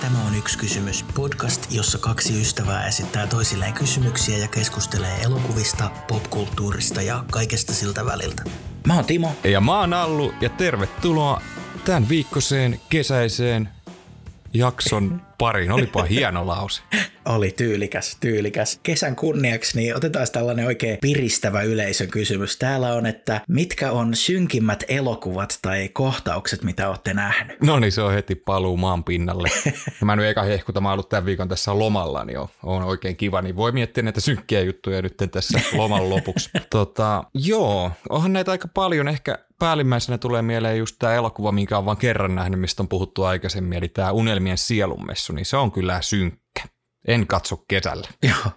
Tämä on Yksi kysymys, podcast, jossa kaksi ystävää esittää toisilleen kysymyksiä ja keskustelee elokuvista, popkulttuurista ja kaikesta siltä väliltä. Mä oon Timo. Ja mä oon Allu, ja tervetuloa tämän viikkoiseen kesäiseen jakson pariin. Olipa hieno lause. Oli tyylikäs. Kesän kunniaksi niin otetaan tällainen oikein piristävä yleisön kysymys. Täällä on, että mitkä on synkimmät elokuvat tai kohtaukset, mitä olette nähnyt? No niin, se on heti paluu maan pinnalle. Mä nyt eka hehkuta, mä oon ollut tämän viikon tässä lomalla, niin on oikein kiva, niin voi miettiä näitä synkkiä juttuja nyt tässä loman lopuksi. Joo, onhan näitä aika paljon. Ehkä päällimmäisenä tulee mieleen just tämä elokuva, minkä on vaan kerran nähnyt, mistä on puhuttu aikaisemmin, eli tämä Unelmien sielunmessu, niin se on kyllä synkkä. En katso kesällä. Joo.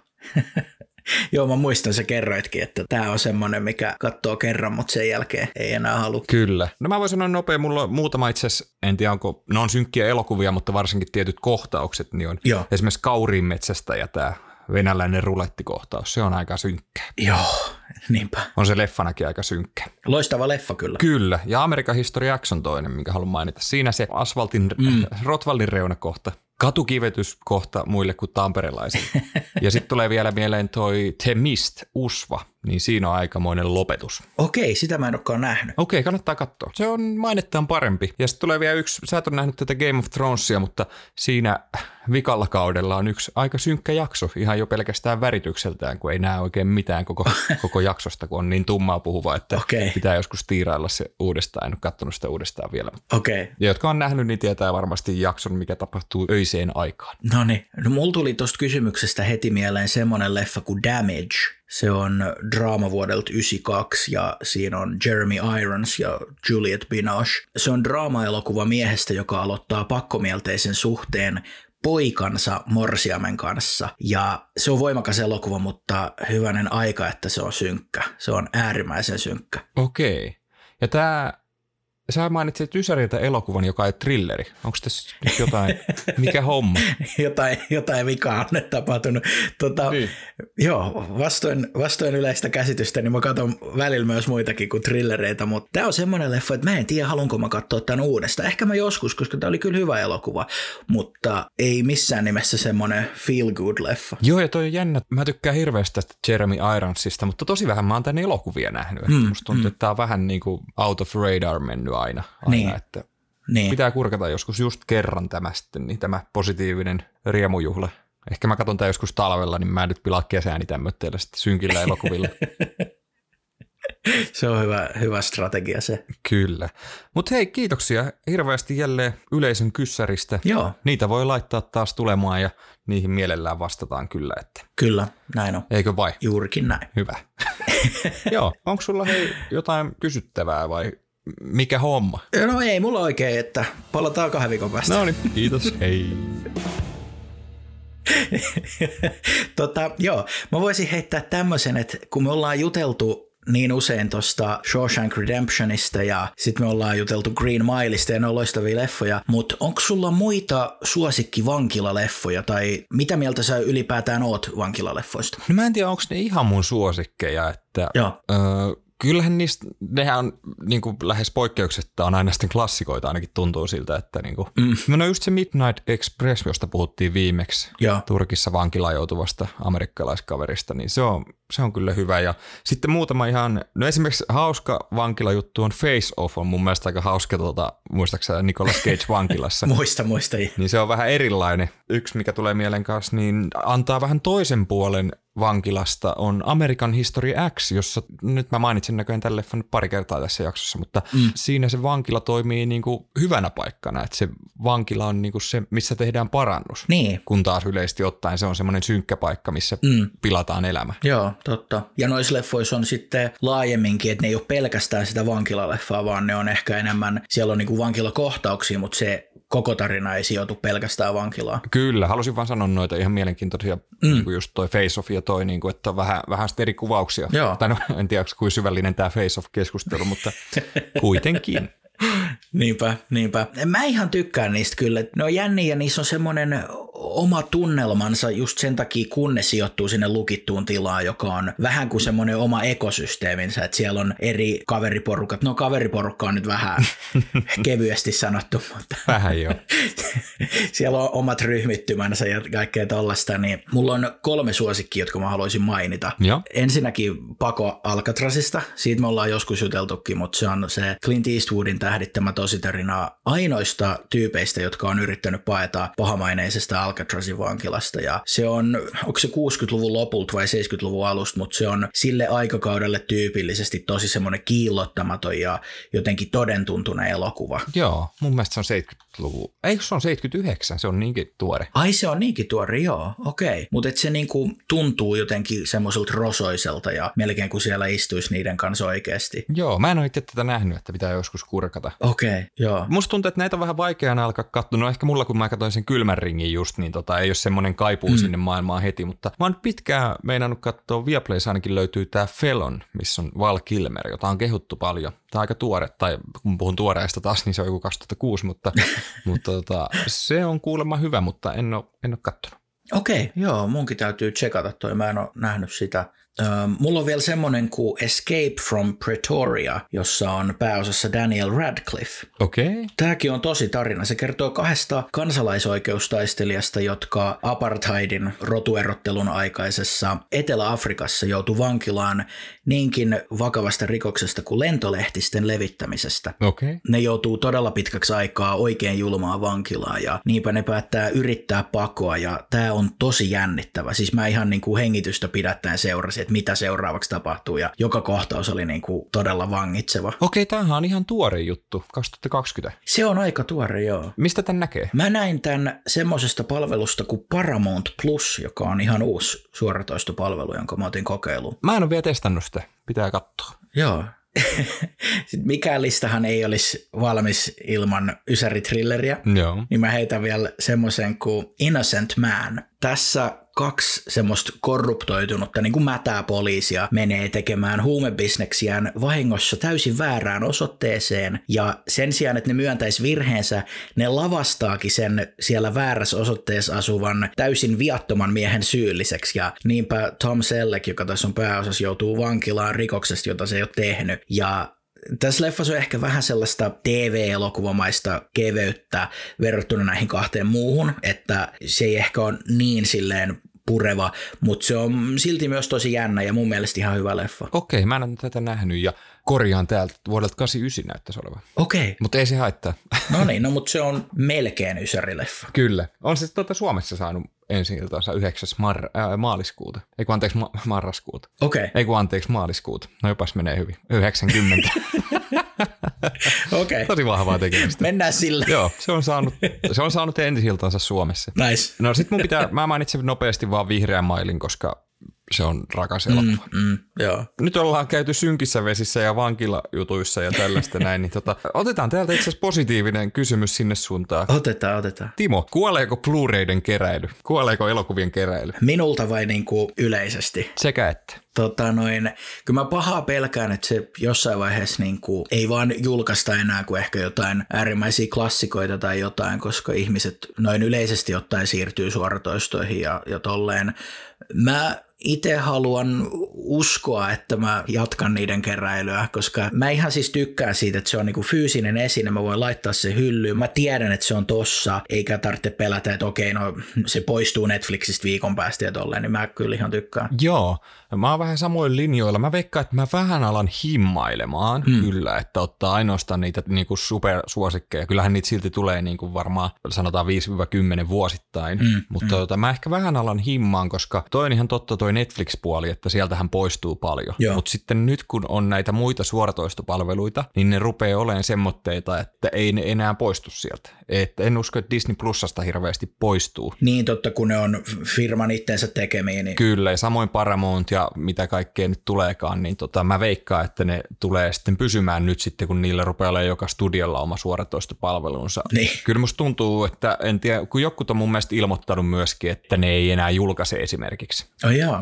Joo, mä muistan, sä kerroitkin, että tää on semmonen, mikä katsoo kerran, mutta sen jälkeen ei enää halua. Kyllä. No mä voin sanoa nopea, mulla on muutama itse asiassa, en tiedä onko, ne on synkkiä elokuvia, mutta varsinkin tietyt kohtaukset, niin on esimerkiksi Kauriin metsästä ja tää venäläinen rulettikohtaus, se on aika synkkää. Joo, niinpä. On se leffanakin aika synkkä. Loistava leffa kyllä. Kyllä, ja American History X on toinen, minkä haluan mainita. Siinä se asfaltin, Rottwaldin reunakohta. Katukivetyskohta muille kuin tamperelaisille. Ja sitten tulee vielä mieleen toi The Mist, Usva, niin siinä on aikamoinen lopetus. Okei, sitä mä en olekaan nähnyt. Okei, kannattaa katsoa. Se on mainettaan parempi. Ja sitten tulee vielä yksi, sä et ole nähnyt tätä Game of Thronesia, mutta siinä vikalla kaudella on yksi aika synkkä jakso, ihan jo pelkästään väritykseltään, kun ei näe oikein mitään koko jaksosta, kun on niin tummaa puhuva, että pitää joskus tiirailla se uudestaan. En ole katsonut sitä uudestaan vielä. Okei. Ja jotka on nähnyt, niin tietää varmasti jakson, mikä tapahtuu öiseen aikaan. Noniin. No mulla tuli tosta kysymyksestä heti mieleen semmonen leffa kuin Damage. Se on draama vuodelta 1992 ja siinä on Jeremy Irons ja Juliette Binoche. Se on draama-elokuva miehestä, joka aloittaa pakkomielteisen suhteen poikansa morsiamen kanssa. Ja se on voimakas elokuva, mutta hyvänen aika, että se on synkkä. Se on äärimmäisen synkkä. Okei. Ja sä mainitsit Ysäriltä elokuvan, joka ei thrilleri. Onko tässä jotain, mikä homma? jotain vikaa on tapahtunut. Niin. Joo, vastoin yleistä käsitystä, niin mä katson välillä myös muitakin kuin thrillereitä, mutta tää on semmoinen leffa, että mä en tiedä, haluanko mä katsoa tämän uudestaan. Ehkä mä joskus, koska tää oli kyllä hyvä elokuva, mutta ei missään nimessä semmoinen feel good leffa. Joo, ja toi on jännä. Mä tykkään hirveästi tästä Jeremy Ironsista, mutta tosi vähän mä oon tänne elokuvia nähnyt. Musta tuntuu, että tää on vähän niin kuin out of radar mennyt aina niin. Että pitää kurkata joskus just kerran tämä sitten, niin tämä positiivinen riemujuhla. Ehkä mä katson tämän joskus talvella, niin mä en nyt pilaa kesääni tämmöitteillä sitten synkillä elokuvilla. Se on hyvä strategia se. Kyllä. Mutta hei, kiitoksia hirveästi jälleen yleisön kyssäristä. Joo. Niitä voi laittaa taas tulemaan ja niihin mielellään vastataan kyllä. Että. Kyllä, näin on. Eikö vai? Juurikin näin. Hyvä. Joo, onko sulla hei jotain kysyttävää vai mikä homma? No ei mulla oikein, että palataan 2 viikon päästä. No niin, kiitos. Hei. Joo, mä voisin heittää tämmöisen, että kun me ollaan juteltu niin usein tuosta Shawshank Redemptionista ja sitten me ollaan juteltu Green Mileista ja ne on loistavia leffoja, mutta onko sulla muita suosikkivankilaleffoja tai mitä mieltä sä ylipäätään oot vankilaleffoista? No mä en tiedä, onko ne ihan mun suosikkeja, että kyllähän nehän on niin kuin lähes poikkeuksetta on aina sitten klassikoita, ainakin tuntuu siltä, että niin kuin. No just se Midnight Express, josta puhuttiin viimeksi Turkissa vankilaan joutuvasta amerikkalaiskaverista, niin se on kyllä hyvä. Ja sitten muutama ihan, no esimerkiksi hauska vankilajuttu on Face Off, on mun mielestä aika hauska, muistaakseni Nicolas Cage vankilassa. Muista. Niin se on vähän erilainen. Yksi, mikä tulee mieleen kanssa, niin antaa vähän toisen puolen vankilasta on American History X, jossa nyt mä mainitsin näköjään tämän leffan pari kertaa tässä jaksossa, mutta siinä se vankila toimii niin kuin hyvänä paikkana, että se vankila on niin kuin se, missä tehdään parannus, kun taas yleisesti ottaen se on semmoinen synkkä paikka, missä pilataan elämä. Joo, totta. Ja noissa leffoissa on sitten laajemminkin, että ne ei ole pelkästään sitä vankilaleffaa, vaan ne on ehkä enemmän, siellä on niin kuin vankilakohtauksia, mutta se koko tarina ei sijoitu pelkästään vankilaan. Kyllä, halusin vaan sanoa noita ihan mielenkiintoisia, niin kuin just toi Face Off ja toi, niin kuin, että on vähän eri kuvauksia. Joo. Tai no, en tiedä, kuinka syvällinen tämä Face Off-keskustelu, mutta kuitenkin. Niinpä. Mä ihan tykkään niistä kyllä. Ne on jänniä ja niissä on semmoinen oma tunnelmansa just sen takia, kun ne sijoittuu sinne lukittuun tilaan, joka on vähän kuin semmoinen oma ekosysteeminsä, että siellä on eri kaveriporukat. No kaveriporukka on nyt vähän kevyesti sanottu, mutta vähän jo. Siellä on omat ryhmittymänsä ja kaikkea tollaista, niin mulla on 3 suosikkia, jotka mä haluaisin mainita. Jo. Ensinnäkin Pako Alcatrazista, siitä me ollaan joskus juteltukin, mutta se on se Clint Eastwoodin tähdittämä tositarina ainoista tyypeistä, jotka on yrittänyt paeta pahamaineisesta Alcatrazin vankilasta, ja se on, onko se 60-luvun lopulta vai 70-luvun alusta, mutta se on sille aikakaudelle tyypillisesti tosi semmoinen kiillottamaton ja jotenkin todentuntunen elokuva. Joo, mun mielestä se on 70-luvun. Eikö se on 79, se on niinkin tuore. Ai se on niinkin tuore, joo, okei. Mutta se niinku tuntuu jotenkin semmoiselta rosoiselta ja melkein kuin siellä istuisi niiden kanssa oikeasti. Joo, mä en ole itse tätä nähnyt, että pitää joskus kurkata. Okei, joo. Musta tuntuu, että näitä on vähän vaikeaa alkaa katsoa. No ehkä mulla, kun mä katsoin sen Kylmän ringin just, niin ei ole semmoinen kaipuu sinne maailmaan heti, mutta mä oon pitkään meinannut katsoa, Viaplays ainakin löytyy tää Felon, missä on Val Kilmer, jota on kehuttu paljon. Tämä on aika tuore, tai kun puhun tuoreesta taas, niin se on joku 2006, mutta se on kuulemma hyvä, mutta en ole katsonut. Okei, joo, munkin täytyy tsekata toi, mä en ole nähnyt sitä. Mulla on vielä semmoinen kuin Escape from Pretoria, jossa on pääosassa Daniel Radcliffe. Okei. Tämäkin on tosi tarina. Se kertoo 2 kansalaisoikeustaistelijasta, jotka apartheidin rotuerottelun aikaisessa Etelä-Afrikassa joutui vankilaan niinkin vakavasta rikoksesta kuin lentolehtisten levittämisestä. Okei. Ne joutuu todella pitkäksi aikaa oikein julmaa vankilaan ja niinpä ne päättää yrittää pakoa ja tämä on tosi jännittävä. Siis mä ihan niin kuin hengitystä pidättäen seurasin, että mitä seuraavaksi tapahtuu, ja joka kohtaus oli niin kuin todella vangitseva. Okei, tämähän on ihan tuore juttu, 2020. Se on aika tuore, joo. Mistä tän näkee? Mä näin tän semmoisesta palvelusta kuin Paramount Plus, joka on ihan uusi suoratoistopalvelu, jonka mä otin kokeiluun. Mä en ole vielä testannut sitä, pitää katsoa. Joo. Mikään listahan ei olisi valmis ilman ysäritrilleriä, niin mä heitän vielä semmoisen kuin Innocent Man. Tässä 2 semmoista korruptoitunutta niin kuin mätää poliisia menee tekemään huumebisneksiään vahingossa täysin väärään osoitteeseen, ja sen sijaan, että ne myöntäisi virheensä, ne lavastaakin sen siellä väärässä osoitteessa asuvan täysin viattoman miehen syylliseksi, ja niinpä Tom Selleck, joka tässä on pääosassa, joutuu vankilaan rikoksesta, jota se ei ole tehnyt, ja tässä leffassa on ehkä vähän sellaista TV-elokuvamaista keveyttä verrattuna näihin 2 muuhun, että se ei ehkä ole niin silleen pureva, mutta se on silti myös tosi jännä ja mun mielestä ihan hyvä leffa. Okei, mä en ole tätä nähnyt ja korjaan täältä vuodelta 89 näyttäisi olevan. Okei. Mutta ei se haittaa. No mutta se on melkein ysärileffa. Kyllä. On se Suomessa saanut ensi iltaansa 9. maaliskuuta. Eiku anteeksi marraskuuta. Okei. Eiku anteeksi maaliskuuta. No jopas menee hyvin. 90. Okei. Tosi vahvaa tekemistä. Mennään sillä. Joo, se on saanut ensi iltaansa Suomessa. Nice. No sit mä mainitsen nopeasti vaan Vihreän mailin, koska se on rakas elokuva. Joo. Nyt ollaan käyty synkissä vesissä ja vankilajutuissa ja tällaista näin, niin otetaan täältä itse asiassa positiivinen kysymys sinne suuntaan. Otetaan. Timo, kuoleeko Blu-rayden keräily? Kuoleeko elokuvien keräily? Minulta vai niinku yleisesti? Sekä että. Kyllä mä pahaa pelkään, että se jossain vaiheessa niinku ei vaan julkaista enää kuin ehkä jotain äärimmäisiä klassikoita tai jotain, koska ihmiset noin yleisesti ottaen siirtyy suoratoistoihin ja tolleen. Mä itse haluan uskoa, että mä jatkan niiden keräilyä, koska mä ihan siis tykkään siitä, että se on niinku fyysinen esine, mä voin laittaa se hyllyyn. Mä tiedän, että se on tossa, eikä tarvitse pelätä, että okei, no se poistuu Netflixistä viikon päästä ja tolleen, niin mä kyllä ihan tykkään. Joo, mä oon vähän samoin linjoilla. Mä veikkaan, että mä vähän alan himmailemaan kyllä, että ottaa ainoastaan niitä niinku supersuosikkeja. Kyllähän niitä silti tulee niinku varmaan sanotaan 5-10 vuosittain, mutta mä ehkä vähän alan himmaan, koska toi on ihan totta toi Netflix-puoli, että sieltähän poistuu paljon. Mutta sitten nyt kun on näitä muita suoratoistopalveluita, niin ne rupeaa olemaan semmoitteita, että ei ne enää poistu sieltä. Että en usko, että Disney Plusasta hirveästi poistuu. Niin totta, kun ne on firman itsensä tekemiä. Niin. Kyllä, ja samoin Paramount ja mitä kaikkea nyt tuleekaan, niin mä veikkaan, että ne tulee sitten pysymään nyt sitten, kun niillä rupeaa olemaan joka studiolla oma suoratoistopalvelunsa. Niin. Kyllä musta tuntuu, että en tiedä, kun jotkut on mun mielestä ilmoittanut myöskin, että ne ei enää julkaise esimerkiksi. Oh jaa,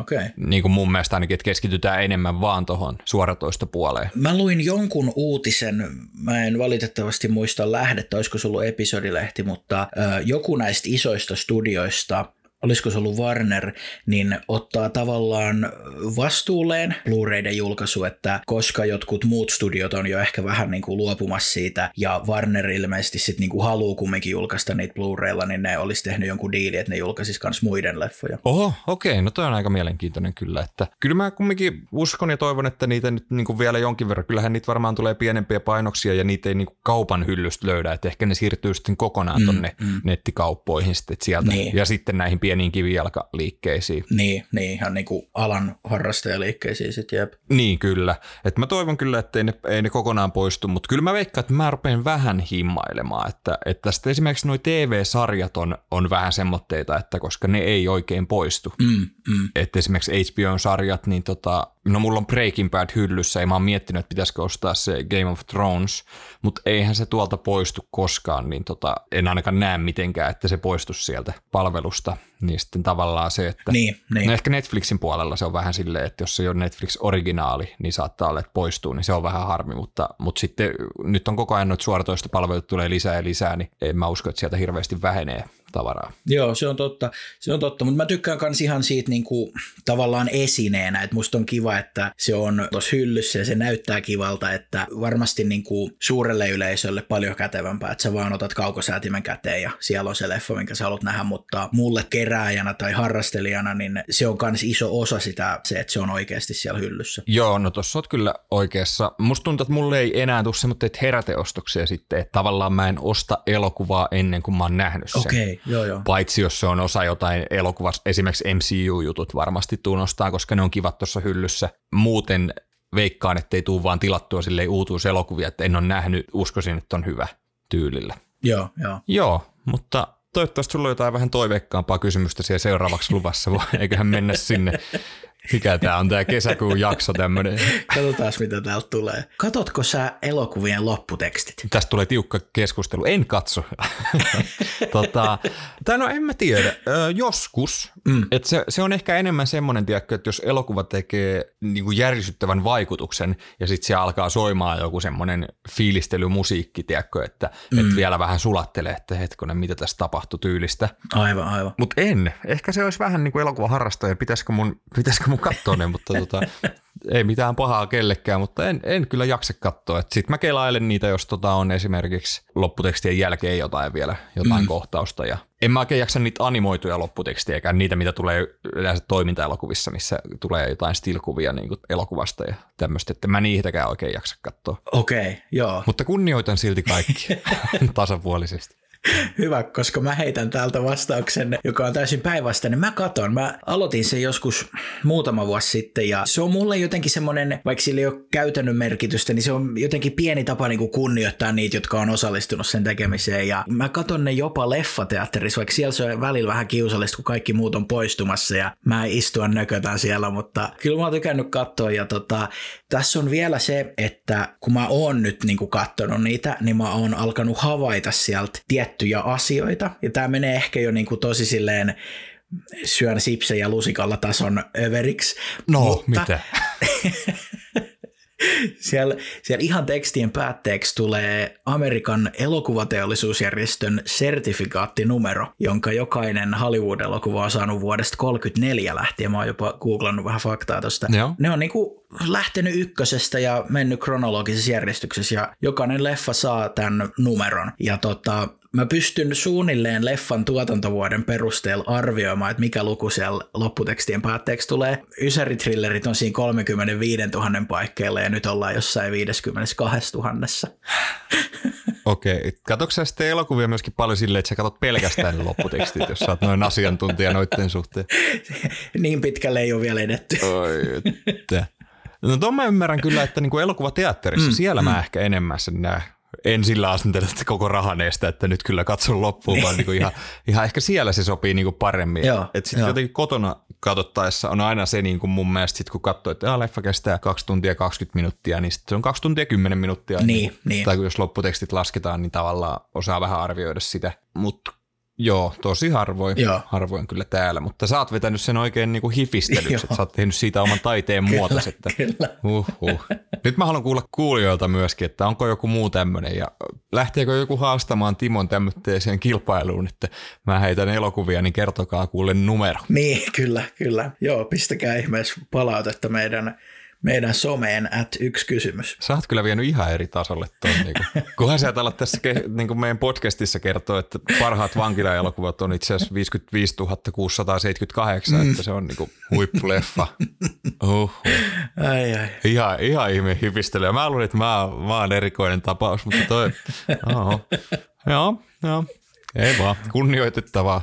okei. Niin kuin mun mielestä ainakin, että keskitytään enemmän vaan tuohon suoratoistopuoleen. Mä luin jonkun uutisen, mä en valitettavasti muista lähdettä, olisiko se ollut episodilehti, mutta joku näistä isoista studioista, olisiko se ollut Warner, niin ottaa tavallaan vastuulleen Blu-rayden julkaisu, että koska jotkut muut studiot on jo ehkä vähän niin kuin luopumassa siitä, ja Warner ilmeisesti sitten niin kuin haluaa kumminkin julkaista niitä Blu-raylla, niin ne olisi tehnyt jonkun diili, että ne julkaisisi myös muiden leffoja. Oho, okei, no toi on aika mielenkiintoinen kyllä, että kyllä mä kumminkin uskon ja toivon, että niitä nyt niin kuin vielä jonkin verran, kyllähän niitä varmaan tulee pienempiä painoksia, ja niitä ei niin kuin kaupan hyllystä löydä, että ehkä ne siirtyy sitten kokonaan tonne nettikauppoihin sitten sieltä, niin. Ja sitten näihin pieniin kivijalkaliikkeisiin. Niin, ihan niin kuin alan harrastajaliikkeisiin sitten, jep. Niin, kyllä. Että mä toivon kyllä, että ei ne kokonaan poistu, mutta kyllä mä veikkaan, että mä rupean vähän himmailemaan, että sitten esimerkiksi nuo TV-sarjat on vähän semmoitteita, että koska ne ei oikein poistu. Että esimerkiksi HBO-sarjat, niin no mulla on Breaking Bad hyllyssä, ja mä oon miettinyt, että pitäisikö ostaa se Game of Thrones, mutta eihän se tuolta poistu koskaan, niin en ainakaan näe mitenkään, että se poistuisi sieltä palvelusta. Niin sitten tavallaan se, että no ehkä Netflixin puolella se on vähän silleen, että jos se ei ole Netflix-originaali, niin saattaa olla, että poistuu, niin se on vähän harmi, mutta sitten nyt on koko ajan noita suoratoistopalveluita tulee lisää ja lisää, niin en mä usko, että sieltä hirveästi vähenee tavaraa. Joo, se on totta, mutta mä tykkään kans ihan siitä niinku, tavallaan esineenä, että musta on kiva, että se on tuossa hyllyssä ja se näyttää kivalta, että varmasti niinku suurelle yleisölle paljon kätevämpää, että sä vaan otat kaukosäätimen käteen ja siellä on se leffa, minkä sä haluat nähdä, mutta mulle kerääjänä tai harrastelijana, niin se on kans iso osa sitä, se, että se on oikeasti siellä hyllyssä. Joo, no tossa oot kyllä oikeassa. Musta tuntuu, että mulle ei enää tule semmoitteet heräteostoksia sitten, että tavallaan mä en osta elokuvaa ennen kuin mä oon nähnyt sen. Okei. Joo. Paitsi jos se on osa jotain elokuvasta, esimerkiksi MCU-jutut varmasti tunnustaa, koska ne on kivat tuossa hyllyssä. Muuten veikkaan, ettei tule vaan tilattua silleen uutuuselokuvia, että en ole nähnyt, uskoisin, että on hyvä tyylillä. Joo, mutta toivottavasti sulla on jotain vähän toiveikkaampaa kysymystä siellä seuraavaksi luvassa, eiköhän mennä sinne. Mikä tää on tää kesäkuun jakso tämmönen? Katsotaan, mitä täältä tulee. Katotko sä elokuvien lopputekstit? Tästä tulee tiukka keskustelu. En katso. No en mä tiedä. Joskus. Et se on ehkä enemmän semmoinen, tiedätkö, että jos elokuva tekee niinku järisyttävän vaikutuksen ja sitten siellä alkaa soimaan joku semmoinen fiilistelymusiikki, tiedätkö, että et vielä vähän sulattelee, että hetkonen, mitä tässä tapahtui tyylistä. Aivan. Mutta ehkä se olisi vähän niin kuin elokuvaharrastaja. Pitäisikö mun katsoa ne, mutta ei mitään pahaa kellekään, mutta en kyllä jaksa katsoa. Sitten mä kelailen niitä, jos on esimerkiksi lopputekstien jälkeen jotain kohtausta. Ja en mä oikein jaksa niitä animoituja lopputekstiäkään, niitä mitä tulee yleensä toimintaelokuvissa, missä tulee jotain stilkuvia niin kuin elokuvasta ja tämmöistä, että mä niitäkään oikein jaksa katsoa. Okei, joo. Mutta kunnioitan silti kaikki tasapuolisesti. Hyvä, koska mä heitän täältä vastauksen, joka on täysin päinvastainen. Mä aloitin sen joskus muutama vuosi sitten ja se on mulle jotenkin semmoinen, vaikka sillä ei ole käytännön merkitystä, niin se on jotenkin pieni tapa niin kuin kunnioittaa niitä, jotka on osallistunut sen tekemiseen. Ja mä katon ne jopa leffateatterissa, vaikka siellä se on välillä vähän kiusallista, kun kaikki muut on poistumassa ja mä istuen nökötän siellä, mutta kyllä mä oon tykännyt katsoa ja tässä on vielä se, että kun mä oon nyt niin kuin katsonut niitä, niin mä oon alkanut havaita sieltä tiettyjä asioita, ja tää menee ehkä jo niin kuin tosi silleen syön sipsejä lusikalla tason överiksi. No, mutta mitä? Siellä ihan tekstien päätteeksi tulee Amerikan elokuvateollisuusjärjestön sertifikaattinumero, jonka jokainen Hollywood-elokuva on saanut vuodesta 1934 lähtien. Mä oon jopa googlannut vähän faktaa tosta. Joo. Ne on niinku lähtenyt ykkösestä ja mennyt kronologisessa järjestyksessä, ja jokainen leffa saa tämän numeron. Ja mä pystyn suunnilleen leffan tuotantovuoden perusteella arvioimaan, että mikä luku siellä lopputekstien päätteeksi tulee. Ysäritrillerit on siinä 35 000 paikkeilla ja nyt ollaan jossain 52 000. Okei. Katsotko sä sitten elokuvia myöskin paljon silleen, että sä katsot pelkästään ne lopputekstit, jos sä oot noin asiantuntija noitten suhteen? Niin pitkälle ei ole vielä edetty. Oi, että. No tuon mä ymmärrän kyllä, että niinku elokuvateatterissa siellä mä ehkä enemmän sen näen. En sillä asentella koko rahan eestä, että nyt kyllä katson loppuun, vaan niinku ihan ehkä siellä se sopii niinku paremmin. Että sitten jotenkin kotona katsottaessa on aina se niinku mun mielestä, sit kun katsoo, että leffa kestää 2 tuntia 20 minuuttia, niin sitten se on 2 tuntia 10 minuuttia. Niin. Tai jos lopputekstit lasketaan, niin tavallaan osaa vähän arvioida sitä. Mutta Joo, tosi harvoin kyllä täällä, mutta sä oot vetänyt sen oikein niinku hifistelyksi, että sä oot tehnyt siitä oman taiteen muotos. Kyllä. Nyt mä haluan kuulla kuulijoilta myöskin, että onko joku muu tämmöinen ja lähteekö joku haastamaan Timon tämmöiseen kilpailuun, että mä heitän elokuvia, niin kertokaa kuule numero. Niin, kyllä. Joo, pistäkää ihmeessä palautetta meidän someen @1kysymys. Sä oot kyllä vienyt ihan eri tasolle ton. Kunhan sä alat tässä meidän podcastissa kertoa, että parhaat vankilaelokuvat on itse asiassa 55 678, että se on huippuleffa. Ai. Ihan ihme hifistelyä. Mä luulin, että mä oon erikoinen tapaus, mutta toi... Joo. Ei vaan, kunnioitettavaa.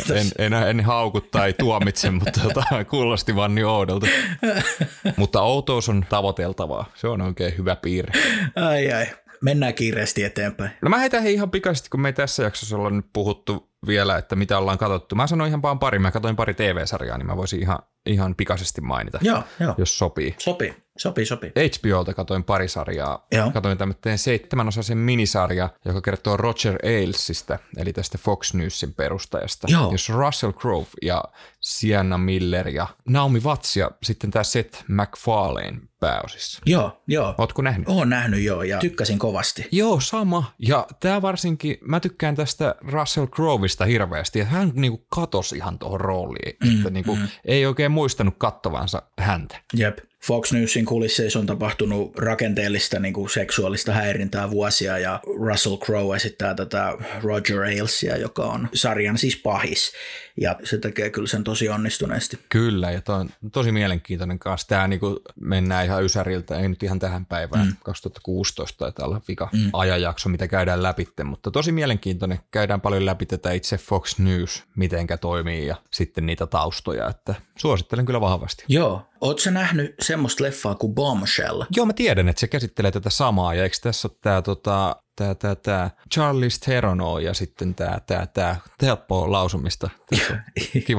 En hauku tai tuomitse, mutta kuulosti vaan niin oudolta. Mutta outous on tavoiteltavaa. Se on oikein hyvä piirre. Ai. Mennään kiireesti eteenpäin. No mä heitän ihan pikaisesti, kun me ei tässä jaksossa olla nyt puhuttu vielä, että mitä ollaan katsottu. Mä sanoin ihan vaan pari. Mä katsoin pari TV-sarjaa, niin mä voisin ihan pikaisesti mainita, joo. jos sopii. Sopii. HBOlta katsoin pari sarjaa. Joo. Katsoin tämmöinen 7-osaisen minisarja, joka kertoo Roger Ailes-ista, eli tästä Fox Newsin perustajasta. Joo. Jos Russell Crowe ja Sienna Miller ja Naomi Watts ja sitten tämä Seth MacFarlane pääosissa. Joo. Ootko nähnyt? Oon nähnyt joo ja tykkäsin kovasti. Joo, sama. Ja tää varsinkin, mä tykkään tästä Russell Crowesta hirveästi, että hän katosi ihan tuohon rooliin, että ei oikein muistanut kattovansa häntä. Jep. Fox Newsin kulisseissa on tapahtunut rakenteellista seksuaalista häirintää vuosia ja Russell Crowe esittää tätä Roger Ailesia, joka on sarjan siis pahis ja se tekee kyllä sen tosi onnistuneesti. Kyllä ja toi on tosi mielenkiintoinen kanssa. Tämä mennään ihan ysäriltä, ei nyt ihan tähän päivään, 2016 taitaa olla vika ajanjakso, mitä käydään läpi, mutta tosi mielenkiintoinen. Käydään paljon läpi tätä itse Fox News, mitenkä toimii ja sitten niitä taustoja, että suosittelen kyllä vahvasti. Joo. Ootko sä nähnyt semmoista leffaa kuin Bombshell? Joo, mä tiedän, että se käsittelee tätä samaa, ja eikö tässä ole tää Charlize Theron ja sitten tää helppoa lausumista. Kiva.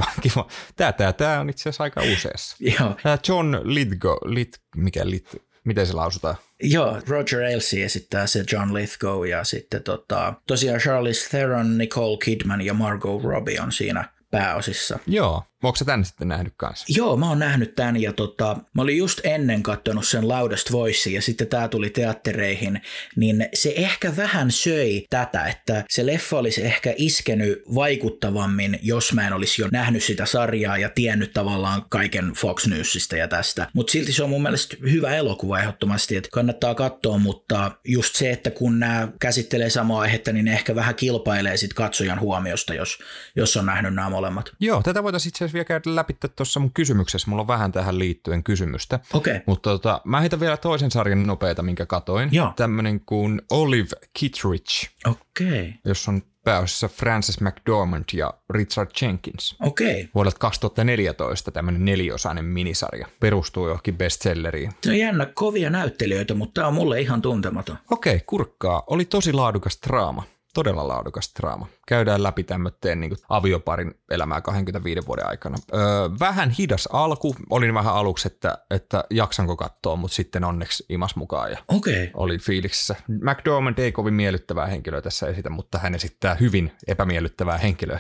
Tää on itse asiassa aika useassa. Joo. Tää John Lithgow, miten se lausutaan? Joo, Roger Ailes esittää se John Lithgow ja sitten tosiaan Charlize Theron, Nicole Kidman ja Margot Robbie on siinä pääosissa. Joo. Onko sä tän sitten nähnyt kanssa? Joo, mä oon nähnyt tän ja mä olin just ennen katsonut sen Loudest Voice ja sitten tää tuli teattereihin, niin se ehkä vähän söi tätä, että se leffa olisi ehkä iskenyt vaikuttavammin, jos mä en olisi jo nähnyt sitä sarjaa ja tiennyt tavallaan kaiken Fox Newsista ja tästä. Mutta silti se on mun mielestä hyvä elokuva ehdottomasti, että kannattaa katsoa, mutta just se, että kun nämä käsittelee samaa aihetta, niin ne ehkä vähän kilpailee sit katsojan huomiosta, jos on nähnyt nämä molemmat. Joo, tätä voitaisiin itse asiassa vielä käydä läpi tuossa mun kysymyksessä. Mulla on vähän tähän liittyen kysymystä. Okei. Mutta mä heitän vielä toisen sarjan nopeita, minkä katoin. Joo. Tämmönen kuin Olive Kitteridge. Okei. Jos on pääosassa Frances McDormand ja Richard Jenkins. Okei. Vuodelta 2014 tämmönen 4-osainen minisarja. Perustuu johonkin bestselleriin. Se on jännä, kovia näyttelijöitä, mutta tää on mulle ihan tuntematon. Okei, kurkkaa. Oli tosi laadukas draama. Todella laadukas draama. Käydään läpi tämmöteen avioparin elämää 25 vuoden aikana. Vähän hidas alku. Olin vähän aluksi, että jaksanko katsoa, mutta sitten onneksi imas mukaan ja olin fiiliksissä. McDormand ei kovin miellyttävää henkilöä tässä esitä, mutta hän esittää hyvin epämiellyttävää henkilöä.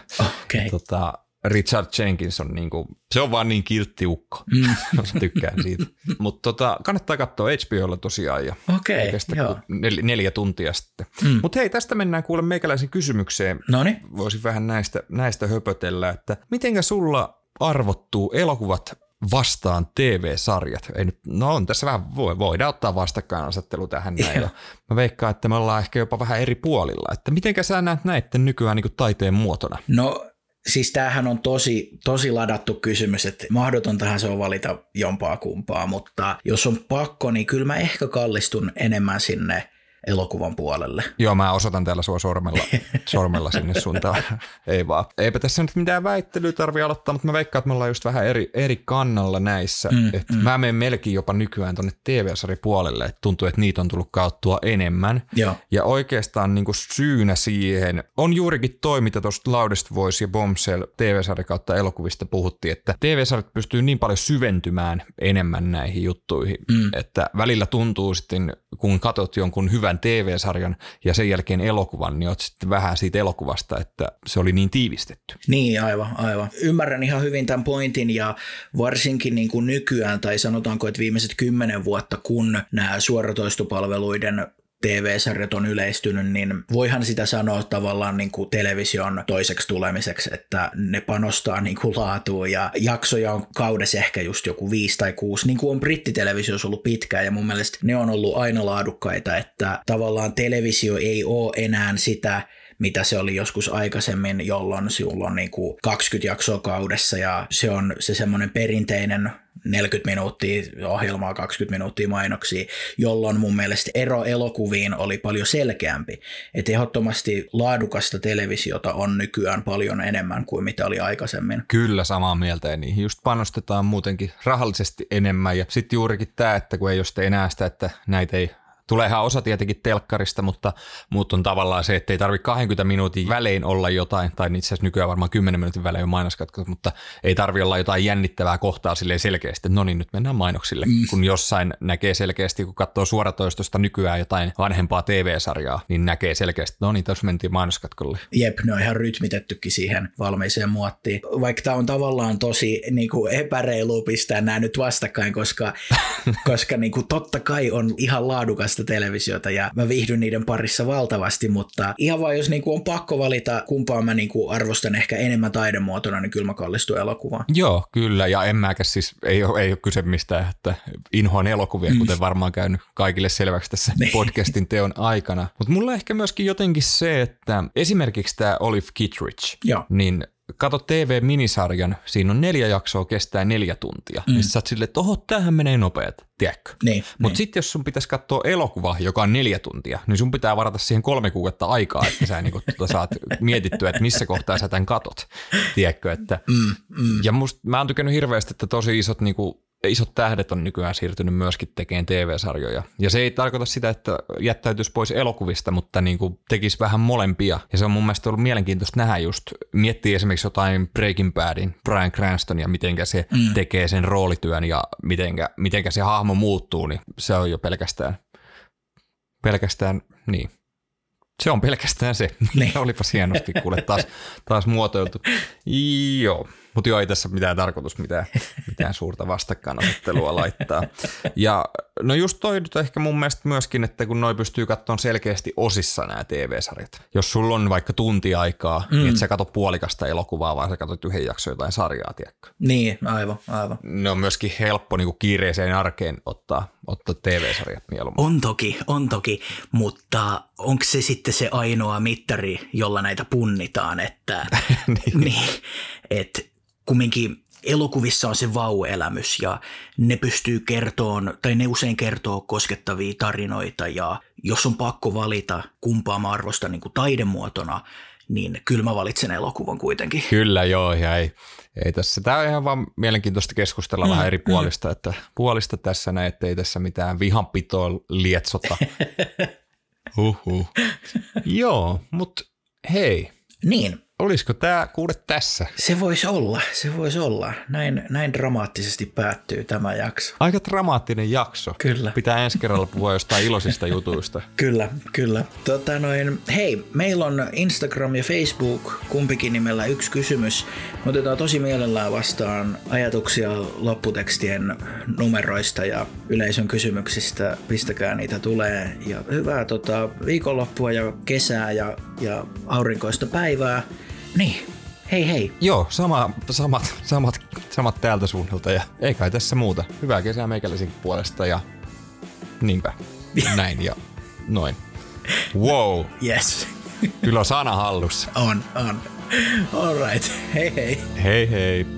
Richard Jenkins on se on vaan niin kiltti ukko. Tykkään siitä. Mutta kannattaa katsoa HBOlla tosiaan ja ei kestä 4 tuntia sitten. Mutta hei, tästä mennään kuule meikäläisen kysymykseen. Noniin. Voisin vähän näistä höpötellä, että mitenkä sulla arvottuu elokuvat vastaan TV-sarjat? Ei nyt, on tässä vähän, voidaan ottaa vastakkainasettelu tähän näin. Mä veikkaan, että me ollaan ehkä jopa vähän eri puolilla. Että mitenkä sä näet näitten nykyään taiteen muotona? No siis tämähän on tosi ladattu kysymys, että mahdotontahan se on valita jompaa kumpaa, mutta jos on pakko, niin kyllä mä ehkä kallistun enemmän sinne elokuvan puolelle. Joo, mä osoitan täällä sua sormella sinne suuntaan. Ei vaan. Eipä tässä nyt mitään väittelyä tarvitse aloittaa, mutta mä veikkaan, että me ollaan just vähän eri kannalla näissä. Mä menen melkein jopa nykyään tonne TV-saripuolelle, että tuntuu, että niitä on tullut kauttua enemmän. Joo. Ja oikeastaan syynä siihen on juurikin toi, mitä tuosta Loudest Voice ja Bombshell TV-sarja kautta elokuvista puhuttiin, että TV-sarjat pystyy niin paljon syventymään enemmän näihin juttuihin, että välillä tuntuu sitten, kun katsot jonkun hyvän hyvän TV-sarjan ja sen jälkeen elokuvan, niin oot sitten vähän siitä elokuvasta, että se oli niin tiivistetty. Niin, aivan. Ymmärrän ihan hyvin tämän pointin ja varsinkin niin kuin nykyään, tai sanotaanko, että viimeiset 10 vuotta, kun nämä suoratoistopalveluiden TV-sarjat on yleistynyt, niin voihan sitä sanoa tavallaan niin kuin television toiseksi tulemiseksi, että ne panostaa niin kuin laatuun ja jaksoja on kaudessa ehkä just joku 5 tai 6, niin kuin on brittitelevisiossa ollut pitkään ja mun mielestä ne on ollut aina laadukkaita, että tavallaan televisio ei ole enää sitä, mitä se oli joskus aikaisemmin, jolloin sinulla on niin kuin 20 jaksoa kaudessa ja se on se semmoinen perinteinen 40 minuuttia ohjelmaa, 20 minuuttia mainoksia, jolloin mun mielestä ero elokuviin oli paljon selkeämpi. Että ehdottomasti laadukasta televisiota on nykyään paljon enemmän kuin mitä oli aikaisemmin. Kyllä, samaa mieltä ja niihin just panostetaan muutenkin rahallisesti enemmän ja sitten juurikin tämä, että kun ei ole enää sitä, että näitä ei tuleehan osa tietenkin telkkarista, mutta on tavallaan se, että ei tarvitse 20 minuutin välein olla jotain, tai itse asiassa nykyään varmaan 10 minuutin välein on mainoskatkos, mutta ei tarvitse olla jotain jännittävää kohtaa silleen selkeästi, että no niin, nyt mennään mainoksille. Kun jossain näkee selkeästi, kun katsoo suoratoistosta nykyään jotain vanhempaa TV-sarjaa, niin näkee selkeästi, että no niin, tässä mentiin mainoskatkolle. Jep, ne on ihan rytmitettykin siihen valmiiseen muottiin. Vaikka tämä on tavallaan tosi niin kuin epäreilu pistää nämä nyt vastakkain, koska niin kuin totta kai on ihan laadukas televisiota ja mä viihdyn niiden parissa valtavasti, mutta ihan vaan jos niinku on pakko valita, kumpaan mä niinku arvostan ehkä enemmän taidemuotona, niin kyllä mä kallistun elokuvaan. Joo, kyllä, ja en mäkäs siis, ei ole kyse mistään, että inhoan elokuvia, kuten varmaan käynyt kaikille selväksi tässä podcastin teon aikana. Mutta mulla ehkä myöskin jotenkin se, että esimerkiksi tämä Olive Kitteridge, niin kato TV-minisarjan, siinä on 4 jaksoa, kestää 4 tuntia. Niin sä oot silleen, että oho, tämähän menee nopeat, tiedätkö? Mutta sitten jos sun pitäisi katsoa elokuva, joka on 4 tuntia, niin sun pitää varata siihen 3 kuukautta aikaa, että sä niinku saat mietittyä, että missä kohtaa sä tämän katot, tiedätkö? Että, ja mä oon tykännyt hirveästi, että tosi isot tähdet on nykyään siirtynyt myöskin tekemään TV-sarjoja. Ja se ei tarkoita sitä, että jättäytyisi pois elokuvista, mutta niin kuin tekisi vähän molempia. Ja se on mun mielestä ollut mielenkiintoista nähdä just, miettiä esimerkiksi jotain Breaking Badin, Bryan Cranston ja mitenkä se tekee sen roolityön ja mitenkä se hahmo muuttuu, niin se on jo pelkästään niin. Se on pelkästään se. Olipas hienosti kuule taas muotoiltu. Joo. Mutta joo, ei tässä mitään tarkoitus mitään suurta vastakkainasettelua laittaa. Ja no just toi nyt ehkä mun mielestä myöskin, että kun noi pystyy katsomaan selkeästi osissa nämä TV-sarjat. Jos sulla on vaikka tunti aikaa, niin et sä katso puolikasta elokuvaa, vaan sä katsot 1 jakson jotain sarjaa, tiedätkö? Niin, aivan. Ne on myöskin helppo niin kuin kiireiseen arkeen ottaa TV-sarjat mieluummin. On toki, mutta onko se sitten se ainoa mittari, jolla näitä punnitaan, että että kumminkin elokuvissa on se vau-elämys ja ne pystyy kertoon, tai ne usein kertoo koskettavia tarinoita ja jos on pakko valita kumpaa mä arvostan niin kuin taidemuotona, niin kyllä mä valitsen elokuvan kuitenkin. Kyllä joo, ja ei tässä. Tämä on ihan vaan mielenkiintoista keskustella vähän eri puolista, että puolista tässä näin, ettei tässä mitään vihanpitoa lietsota. Joo, mutta hei. Niin. Olisiko tämä kuule tässä? Se voisi olla. Näin dramaattisesti päättyy tämä jakso. Aika dramaattinen jakso. Kyllä. Pitää ensi kerralla puhua jostain iloisista jutuista. Kyllä. Hei, meillä on Instagram ja Facebook, kumpikin nimellä yksi kysymys. Me otetaan tosi mielellään vastaan ajatuksia lopputekstien numeroista ja yleisön kysymyksistä. Pistäkää niitä tulee. Ja hyvää viikonloppua ja kesää ja aurinkoista päivää. Niin, hei. Joo, samat täältä suunnalta ja ei kai tässä muuta. Hyvää kesää meikäläisin puolesta ja niinpä, näin ja noin. Wow. Yes. Kyllä on sana hallussa. On. All right. Hei. Hei.